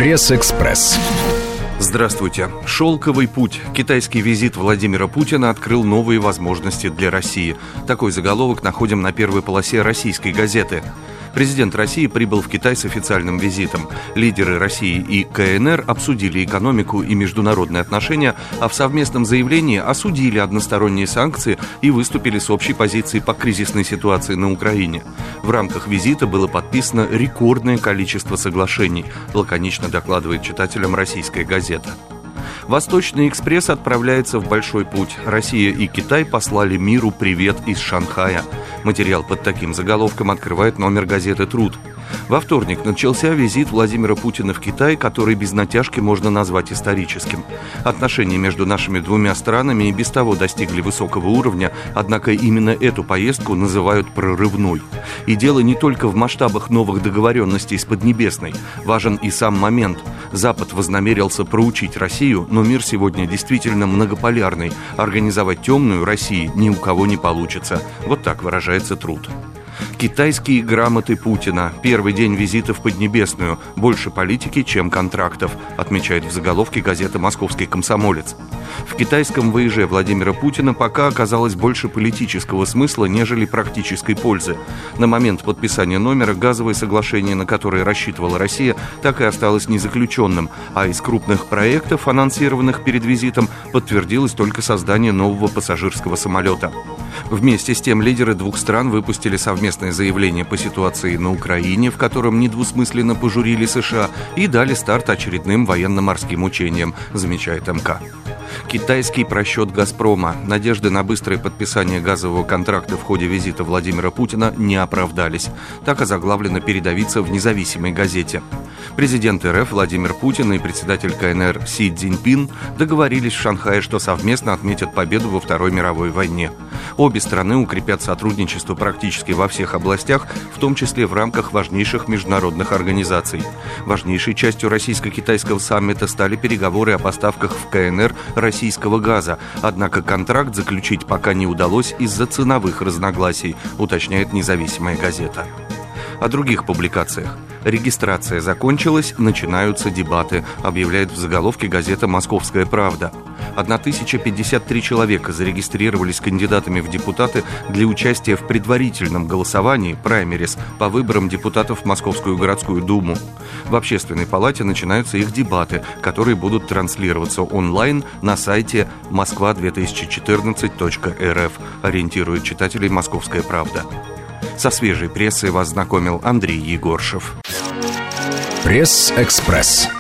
Пресс-экспресс. Здравствуйте. «Шелковый путь». Китайский визит Владимира Путина открыл новые возможности для России. Такой заголовок находим на первой полосе российской газеты. Президент России прибыл в Китай с официальным визитом. Лидеры России и КНР обсудили экономику и международные отношения, а в совместном заявлении осудили односторонние санкции и выступили с общей позицией по кризисной ситуации на Украине. В рамках визита было подписано рекордное количество соглашений, лаконично докладывает читателям российская газета. «Восточный экспресс» отправляется в большой путь. Россия и Китай послали миру привет из Шанхая. Материал под таким заголовком открывает номер газеты «Труд». Во вторник начался визит Владимира Путина в Китай, который без натяжки можно назвать историческим. Отношения между нашими двумя странами и без того достигли высокого уровня, однако именно эту поездку называют прорывной. И дело не только в масштабах новых договоренностей с Поднебесной. Важен и сам момент. Запад вознамерился проучить Россию, но мир сегодня действительно многополярный. Организовать темную России ни у кого не получится. Вот так выражается «Труд». Китайские грамоты Путина. Первый день визита в Поднебесную. Больше политики, чем контрактов, отмечает в заголовке газета «Московский комсомолец». В китайском вояже Владимира Путина пока оказалось больше политического смысла, нежели практической пользы. На момент подписания номера газовое соглашение, на которое рассчитывала Россия, так и осталось незаключенным, а из крупных проектов, анонсированных перед визитом, подтвердилось только создание нового пассажирского самолета. Вместе с тем лидеры двух стран выпустили совместное заявление по ситуации на Украине, в котором недвусмысленно пожурили США, и дали старт очередным военно-морским учениям, замечает МК. Китайский просчет «Газпрома». Надежды на быстрое подписание газового контракта в ходе визита Владимира Путина не оправдались. Так озаглавлено передовица в независимой газете. Президент РФ Владимир Путин и председатель КНР Си Цзиньпин договорились в Шанхае, что совместно отметят победу во Второй мировой войне. Обе страны укрепят сотрудничество практически во всех областях, в том числе в рамках важнейших международных организаций. Важнейшей частью российско-китайского саммита стали переговоры о поставках в КНР российского газа, однако контракт заключить пока не удалось из-за ценовых разногласий, уточняет независимая газета. О других публикациях. Регистрация закончилась, начинаются дебаты, объявляет в заголовке газета «Московская правда». 1053 человека зарегистрировались кандидатами в депутаты для участия в предварительном голосовании праймерис по выборам депутатов в Московскую городскую думу. В Общественной палате начинаются их дебаты, которые будут транслироваться онлайн на сайте moskva2014.rf, ориентирует читателей «Московская правда». Со свежей прессой вас знакомил Андрей Егоршев. Пресс-экспресс.